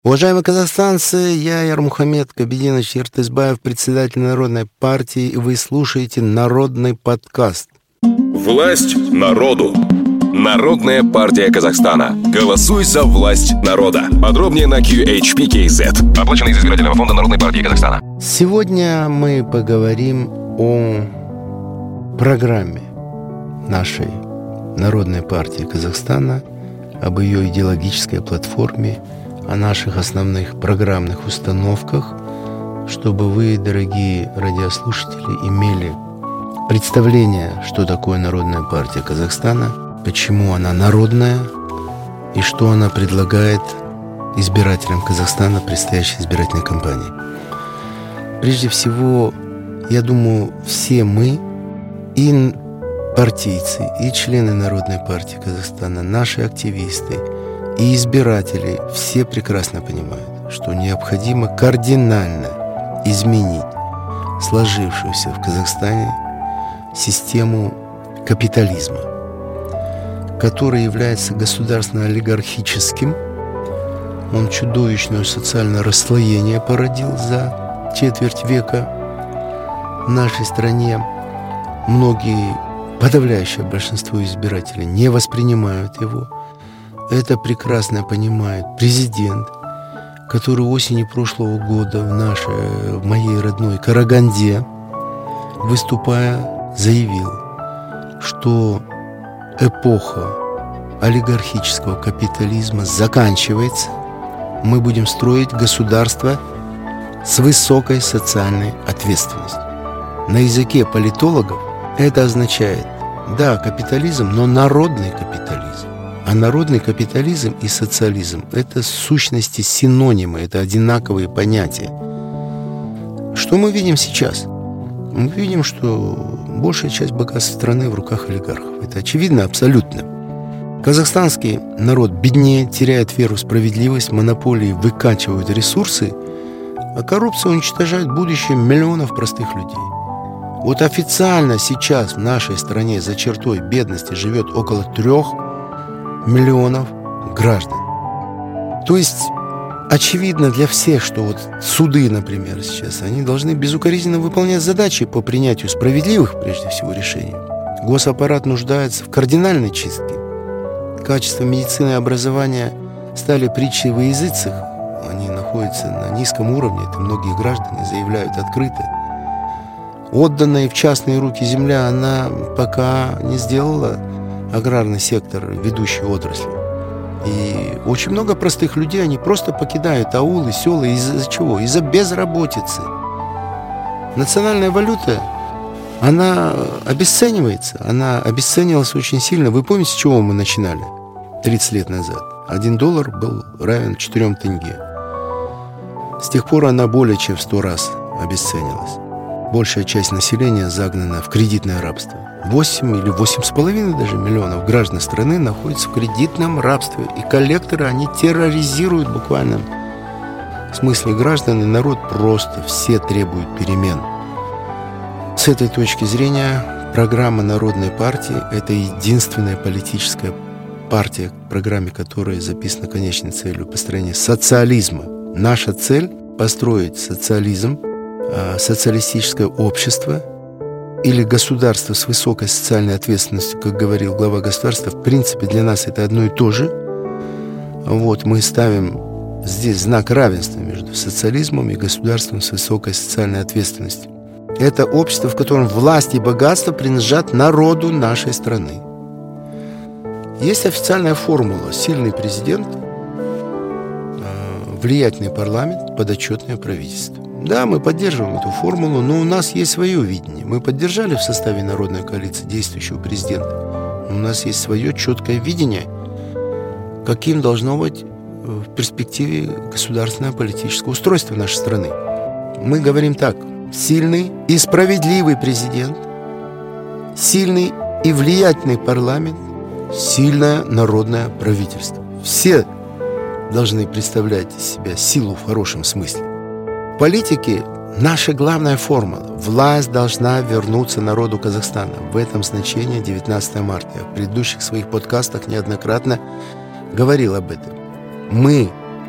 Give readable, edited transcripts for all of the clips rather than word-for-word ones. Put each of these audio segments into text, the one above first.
Уважаемые казахстанцы, я Ярмухамед Кабидинович Ертысбаев, председатель Народной партии, и вы слушаете Народный подкаст. Власть народу. Народная партия Казахстана. Голосуй за власть народа. Подробнее на QHP.KZ. Оплачено из избирательного фонда Народной партии Казахстана. Сегодня мы поговорим о программе нашей Народной партии Казахстана, об ее идеологической платформе, о наших основных программных установках, чтобы вы, дорогие радиослушатели, имели представление, что такое Народная партия Казахстана, почему она народная и что она предлагает избирателям Казахстана в предстоящей избирательной кампании. Прежде всего, я думаю, все мы, и партийцы, и члены Народной партии Казахстана, наши активисты, и избиратели все прекрасно понимают, что необходимо кардинально изменить сложившуюся в Казахстане систему капитализма, который является государственно-олигархическим. Он чудовищное социальное расслоение породил за четверть века в нашей стране. Многие, подавляющее большинство избирателей не воспринимают его. Это прекрасно понимает президент, который осенью прошлого года в моей родной Караганде, выступая, заявил, что эпоха олигархического капитализма заканчивается. Мы будем строить государство с высокой социальной ответственностью. На языке политологов это означает, да, капитализм, но народный капитализм. А народный капитализм и социализм – это в сущности синонимы, это одинаковые понятия. Что мы видим сейчас? Мы видим, что большая часть богатств страны в руках олигархов. Это очевидно абсолютно. Казахстанский народ беднеет, теряет веру в справедливость, монополии выкачивают ресурсы, а коррупция уничтожает будущее миллионов простых людей. Вот официально сейчас в нашей стране за чертой бедности живет около 3 миллионов граждан. То есть очевидно для всех, что вот суды, например, сейчас, они должны безукоризненно выполнять задачи по принятию справедливых, прежде всего, решений. Госаппарат нуждается в кардинальной чистке. Качество медицины и образования стали притчей во языцах. Они находятся на низком уровне, это многие граждане заявляют открыто. Отданная в частные руки земля, она пока не сделала аграрный сектор ведущей отраслью. И очень много простых людей, они просто покидают аулы, села. Из-за чего? Из-за безработицы. Национальная валюта, она обесценивается. Она обесценилась очень сильно. Вы помните, с чего мы начинали 30 лет назад? $1 был равен 4 тенге. С тех пор она более чем в 100 раз обесценилась. Большая часть населения загнана в кредитное рабство. 8 или 8,5 даже миллионов граждан страны находятся в кредитном рабстве. И коллекторы, они терроризируют в буквальном смысле граждан, и народ просто все требуют перемен. С этой точки зрения программа Народной партии – это единственная политическая партия, в программе которой записана конечной целью построения социализма. Наша цель – построить социализм, социалистическое общество или государство с высокой социальной ответственностью, как говорил глава государства. В принципе, для нас это одно и то же. Вот, мы ставим здесь знак равенства между социализмом и государством с высокой социальной ответственностью. Это общество, в котором власть и богатство принадлежат народу нашей страны. Есть официальная формула: сильный президент, влиятельный парламент, подотчетное правительство. Да, мы поддерживаем эту формулу, но у нас есть свое видение. Мы поддержали в составе Народной коалиции действующего президента. У нас есть свое четкое видение, каким должно быть в перспективе государственное политическое устройство нашей страны. Мы говорим так: сильный и справедливый президент, сильный и влиятельный парламент, сильное народное правительство. Все должны представлять из себя силу в хорошем смысле. В политике наша главная формула: власть должна вернуться народу Казахстана. В этом значении 19 марта. Я в предыдущих своих подкастах неоднократно говорил об этом. Мы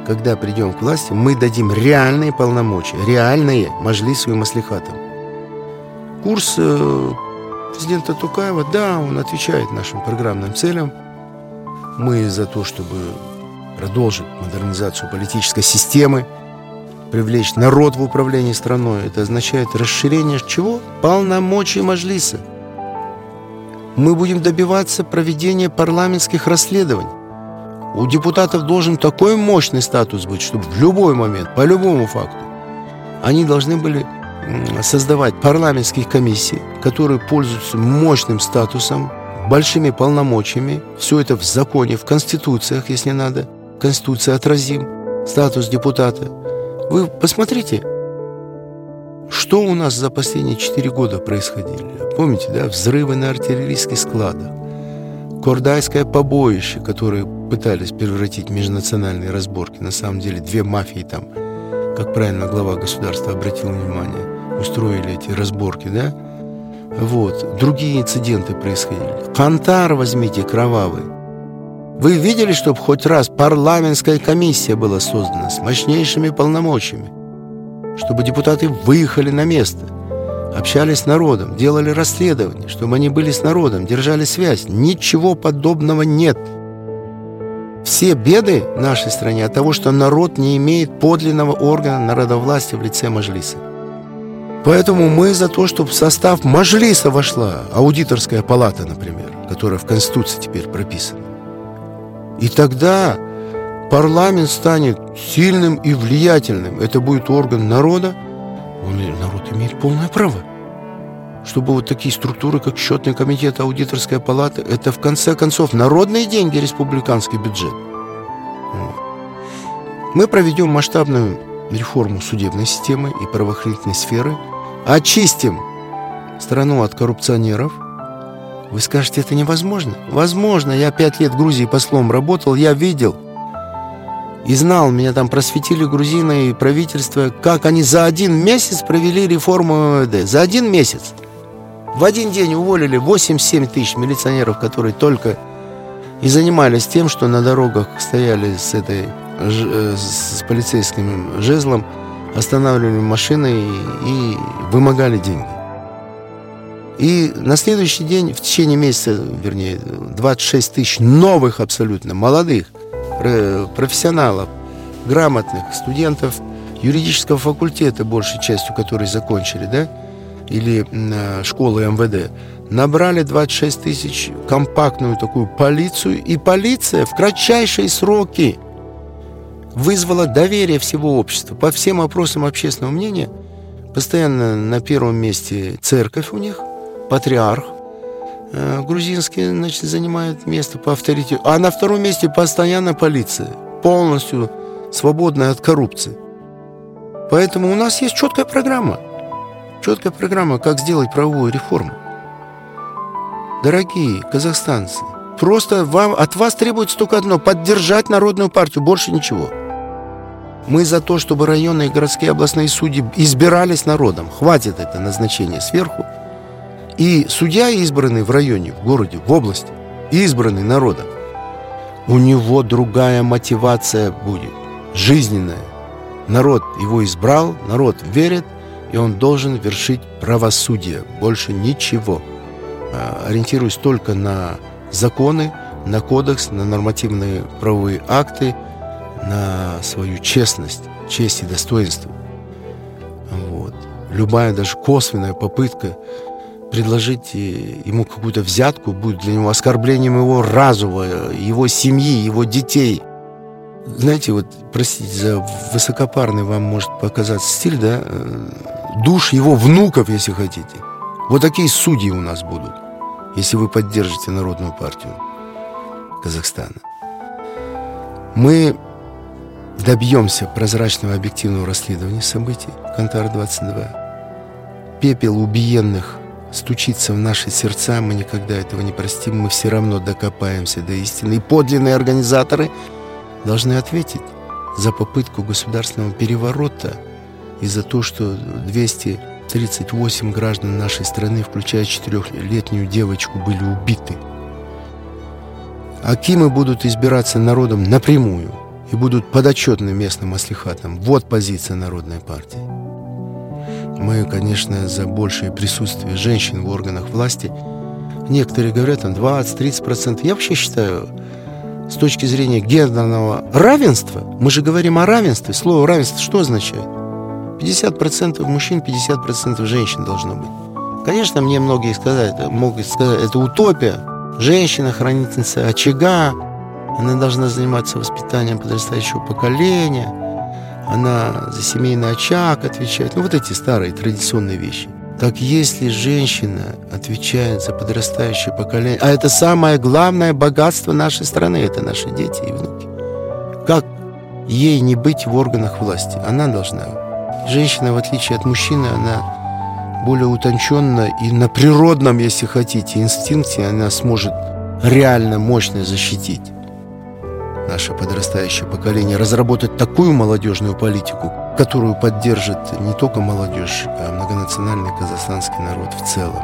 когда придем к власти, мы дадим реальные полномочия, реальные маджлису и маслихатам. Курс президента Токаева, да, он отвечает нашим программным целям. Мы за то, чтобы продолжить модернизацию политической системы, привлечь народ в управлении страной. Это означает расширение чего? Полномочий маджлиса. Мы будем добиваться проведения парламентских расследований. У депутатов должен такой мощный статус быть, чтобы в любой момент, по любому факту, они должны были создавать парламентские комиссии, которые пользуются мощным статусом, большими полномочиями. Все это в законе, в конституциях, если надо. Конституция отразим, статус депутата. Вы посмотрите, что у нас за последние 4 года происходили. Помните, да? Взрывы на артиллерийских складах, Кордайское побоище, которое пытались превратить в межнациональные разборки. На самом деле 2 мафии там, как правильно глава государства обратил внимание, устроили эти разборки, да? Вот. Другие инциденты происходили. Кантар возьмите, кровавый. Вы видели, чтобы хоть раз парламентская комиссия была создана с мощнейшими полномочиями? Чтобы депутаты выехали на место, общались с народом, делали расследования, чтобы они были с народом, держали связь. Ничего подобного нет. Все беды в нашей стране от того, что народ не имеет подлинного органа народовластия в лице маджлиса. Поэтому мы за то, чтобы в состав маджлиса вошла аудиторская палата, например, которая в Конституции теперь прописана. И тогда парламент станет сильным и влиятельным. Это будет орган народа. Народ имеет полное право. Чтобы вот такие структуры, как счетный комитет, аудиторская палата, это в конце концов народные деньги, республиканский бюджет. Мы проведем масштабную реформу судебной системы и правоохранительной сферы, очистим страну от коррупционеров. Вы скажете, это невозможно? Возможно. Я 5 лет в Грузии послом работал, я видел и знал, меня там просветили грузины и правительство, как они за 1 месяц провели реформу МВД. За 1 месяц. В один день уволили 8-7 тысяч милиционеров, которые только и занимались тем, что на дорогах стояли с полицейским жезлом, останавливали машины и вымогали деньги. И на следующий день, в течение месяца, 26 тысяч новых абсолютно, молодых, профессионалов, грамотных студентов юридического факультета, большей частью которых закончили, да, или школы МВД, набрали 26 тысяч, компактную такую полицию, и полиция в кратчайшие сроки вызвала доверие всего общества. По всем вопросам общественного мнения постоянно на первом месте церковь у них, патриарх грузинский, значит, занимает место по авторитету, а на втором месте постоянно полиция, полностью свободная от коррупции. Поэтому у нас есть четкая программа, как сделать правовую реформу. Дорогие казахстанцы, просто от вас требуется только одно – поддержать Народную партию, больше ничего. Мы за то, чтобы районные, городские, областные судьи избирались народом. Хватит это назначение сверху. И судья, избранный в районе, в городе, в области, избранный народом, у него другая мотивация будет, жизненная. Народ его избрал, народ верит, и он должен вершить правосудие. Больше ничего. Ориентируясь только на законы, на кодекс, на нормативные правовые акты, на свою честность, честь и достоинство. Вот. Любая даже косвенная попытка предложить ему какую-то взятку будет для него оскорблением его разума, его семьи, его детей. Знаете, вот, простите за высокопарный вам может показаться стиль, да, душ его внуков, если хотите. Вот такие судьи у нас будут, если вы поддержите Народную партию Казахстана. Мы добьемся прозрачного объективного расследования событий Кантар-22. Пепел убиенных стучится в наши сердца, мы никогда этого не простим, мы все равно докопаемся до истины. И подлинные организаторы должны ответить за попытку государственного переворота и за то, что 238 граждан нашей страны, включая 4-летнюю девочку, были убиты. Акимы будут избираться народом напрямую. и будут подотчетны местным маслихатам. Вот позиция Народной партии. Мы, конечно, за большее присутствие женщин в органах власти. Некоторые говорят, там 20-30%. Я вообще считаю, с точки зрения гендерного равенства, мы же говорим о равенстве. Слово равенство что означает? 50% мужчин, 50% женщин должно быть. Конечно, мне многие могут сказать, это утопия. Женщина, хранительница очага, она должна заниматься воспитанием подрастающего поколения, она за семейный очаг отвечает. Вот эти старые традиционные вещи. Так если женщина отвечает за подрастающее поколение, а это самое главное богатство нашей страны, это наши дети и внуки, как ей не быть в органах власти? Она должна. Женщина, в отличие от мужчины, она более утонченно и на природном, если хотите, инстинкте она сможет реально мощно защитить наше подрастающее поколение, разработать такую молодежную политику, которую поддержит не только молодежь, а многонациональный казахстанский народ в целом.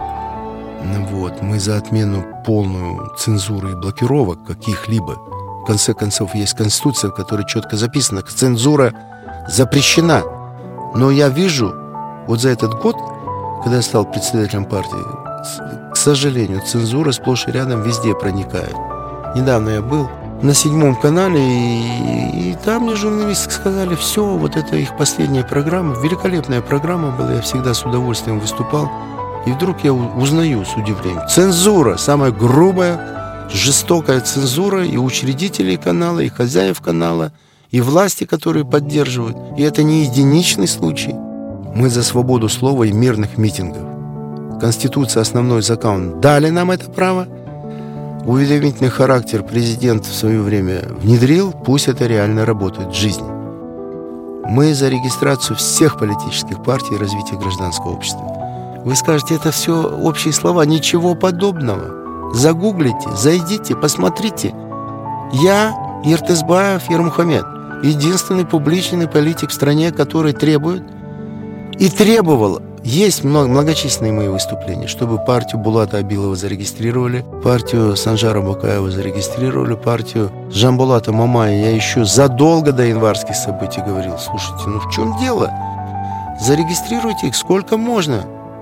Вот. Мы за отмену полную цензуры и блокировок каких-либо. В конце концов, есть Конституция, в которой четко записано, цензура запрещена. Но я вижу, вот за этот год, когда я стал председателем партии, к сожалению, цензура сплошь и рядом везде проникает. Недавно я был на 7 канале, и там мне журналисты сказали, все, вот это их последняя программа, великолепная программа была, я всегда с удовольствием выступал. И вдруг я узнаю с удивлением, цензура, самая грубая, жестокая цензура и учредителей канала, и хозяев канала, и власти, которые поддерживают. И это не единичный случай. Мы за свободу слова и мирных митингов. Конституция, основной закон, дали нам это право. Уведомительный характер президент в свое время внедрил, пусть это реально работает в жизни. Мы за регистрацию всех политических партий и развитие гражданского общества. Вы скажете, это все общие слова. Ничего подобного. Загуглите, зайдите, посмотрите. Я, Иртызбаев Ермухамед, единственный публичный политик в стране, который требует и требовал. Есть многочисленные мои выступления, чтобы партию Булата Абилова зарегистрировали, партию Санжара Бакаева зарегистрировали, партию Жамбулата Мамая. Я еще задолго до январских событий говорил, слушайте, в чем дело? Зарегистрируйте их сколько можно.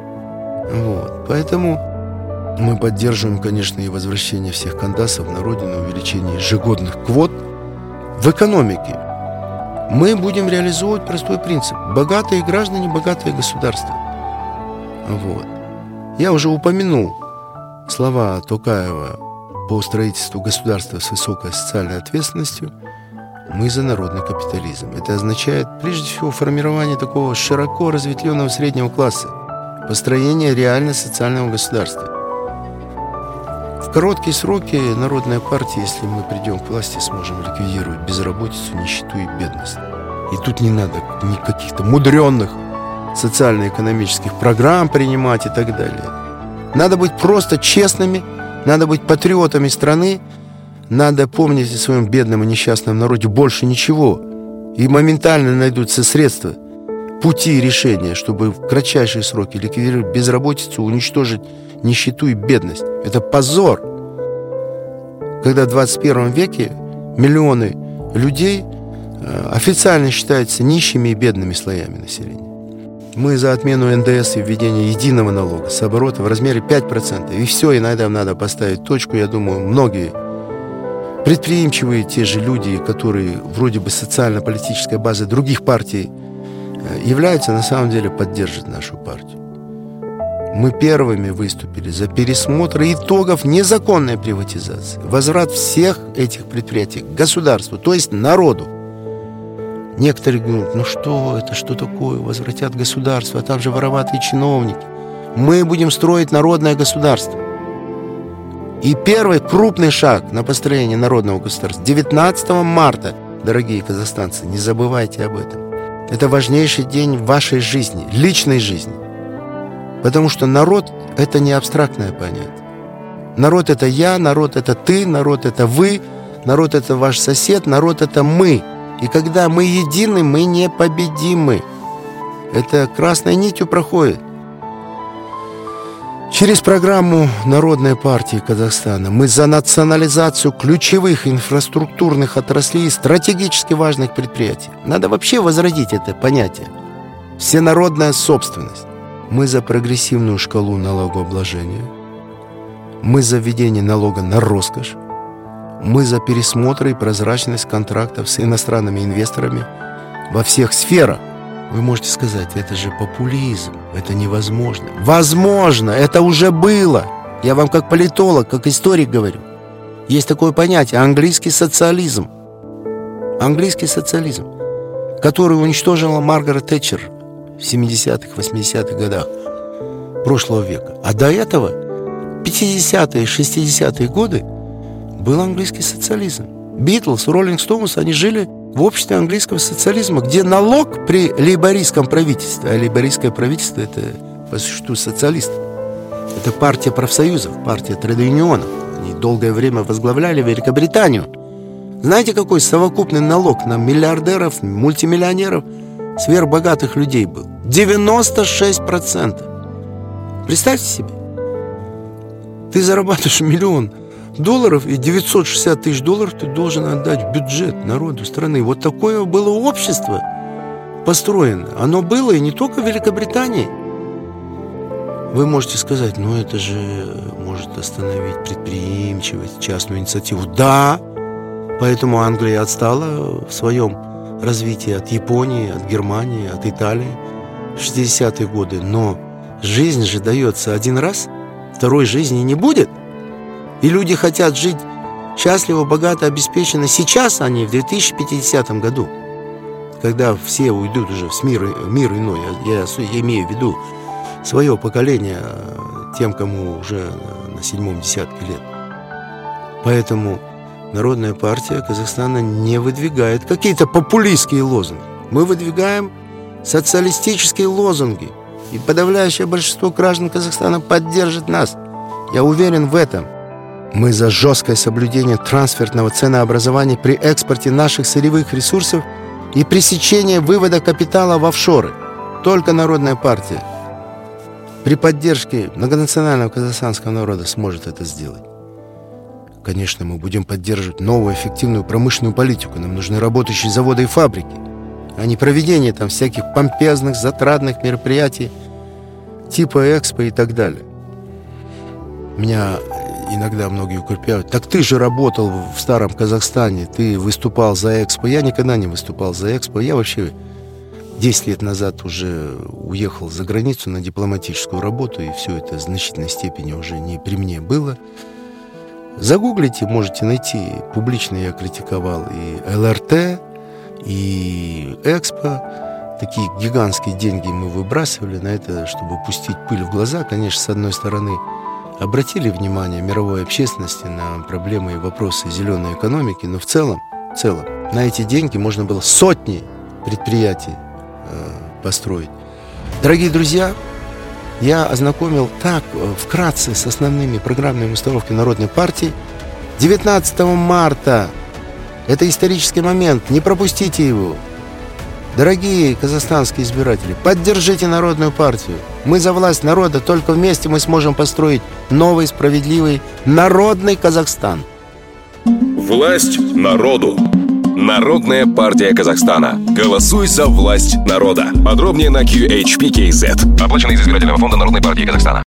Вот. Поэтому мы поддерживаем, конечно, и возвращение всех кандасов на родину, увеличение ежегодных квот в экономике. Мы будем реализовывать простой принцип. Богатые граждане, богатое государство. Вот. Я уже упомянул слова Токаева по строительству государства с высокой социальной ответственностью. Мы за народный капитализм. Это означает, прежде всего, формирование такого широко разветвленного среднего класса, построение реально социального государства. В короткие сроки Народная партия, если мы придем к власти, сможем ликвидировать безработицу, нищету и бедность. И тут не надо никаких-то мудренных социально-экономических программ принимать и так далее. Надо быть просто честными, надо быть патриотами страны, надо помнить о своем бедном и несчастном народе больше ничего. И моментально найдутся средства, пути и решения, чтобы в кратчайшие сроки ликвидировать безработицу, уничтожить нищету и бедность. Это позор, когда в 21 веке миллионы людей официально считаются нищими и бедными слоями населения. Мы за отмену НДС и введение единого налога с оборота в размере 5%. И все, и на этом надо поставить точку. Я думаю, многие предприимчивые те же люди, которые вроде бы социально-политической базой других партий являются, на самом деле поддержат нашу партию. Мы первыми выступили за пересмотр итогов незаконной приватизации, возврат всех этих предприятий к государству, то есть народу. Некоторые говорят, что это, что такое, возвратят государство, а там же вороватые чиновники. Мы будем строить народное государство. И первый крупный шаг на построение народного государства 19 марта, дорогие казахстанцы, не забывайте об этом. Это важнейший день в вашей жизни, личной жизни. Потому что народ – это не абстрактное понятие. Народ – это я, народ – это ты, народ – это вы, народ – это ваш сосед, народ – это мы. И когда мы едины, мы непобедимы. Это красной нитью проходит. Через программу Народной партии Казахстана мы за национализацию ключевых инфраструктурных отраслей и стратегически важных предприятий. Надо вообще возродить это понятие. Всенародная собственность. Мы за прогрессивную шкалу налогообложения. Мы за введение налога на роскошь. Мы за пересмотр и прозрачность контрактов с иностранными инвесторами во всех сферах. Вы можете сказать, это же популизм, это невозможно. Возможно, это уже было. Я вам как политолог, как историк говорю. Есть такое понятие английский социализм. Английский социализм, который уничтожила Маргарет Тэтчер в 70-х, 80-х годах прошлого века. А до этого, 50-е, 60-е годы, был английский социализм. Битлз, Роллинг Стоунс, они жили в обществе английского социализма, где налог при лейбористском правительстве, а лейбористское правительство – это, по существу, социалисты. Это партия профсоюзов, партия трейд-юнионов. Они долгое время возглавляли Великобританию. Знаете, какой совокупный налог на миллиардеров, мультимиллионеров, сверхбогатых людей был? 96%. Представьте себе. Ты зарабатываешь $1 миллион, и $960 тысяч ты должен отдать в бюджет народу страны. Вот такое было общество построено. Оно было и не только в Великобритании. Вы можете сказать, ну это же может остановить предприимчивость, частную инициативу. Да, поэтому Англия отстала в своем развитии от Японии, от Германии, от Италии в 60-е годы. Но жизнь же дается один раз, второй жизни не будет. И люди хотят жить счастливо, богато, обеспеченно сейчас, а не в 2050 году, когда все уйдут уже в мир иной. Я имею в виду свое поколение, тем, кому уже на 7-м десятке лет. Поэтому Народная партия Казахстана не выдвигает какие-то популистские лозунги. Мы выдвигаем социалистические лозунги. И подавляющее большинство граждан Казахстана поддержит нас. Я уверен в этом. Мы за жесткое соблюдение трансфертного ценообразования при экспорте наших сырьевых ресурсов и пресечение вывода капитала в офшоры. Только Народная партия при поддержке многонационального казахстанского народа сможет это сделать. Конечно, мы будем поддерживать новую эффективную промышленную политику. Нам нужны работающие заводы и фабрики, а не проведение там всяких помпезных, затратных мероприятий типа Экспо и так далее. Меня иногда многие укрепляют. Так ты же работал в старом Казахстане, ты выступал за Экспо. Я никогда не выступал за Экспо. Я вообще 10 лет назад уже уехал за границу на дипломатическую работу, и все это в значительной степени уже не при мне было. Загуглите, можете найти. Публично я критиковал и ЛРТ, и Экспо. Такие гигантские деньги мы выбрасывали на это, чтобы пустить пыль в глаза. Конечно, с одной стороны, обратили внимание мировой общественности на проблемы и вопросы зеленой экономики, но в целом на эти деньги можно было сотни предприятий построить. Дорогие друзья, я ознакомил так вкратце с основными программными установками Народной партии. 19 марта это исторический момент, не пропустите его. Дорогие казахстанские избиратели, поддержите Народную партию. Мы за власть народа, только вместе мы сможем построить новый, справедливый, народный Казахстан. Власть народу. Народная партия Казахстана. Голосуй за власть народа. Подробнее на QHP.KZ. Оплачено из избирательного фонда Народной партии Казахстана.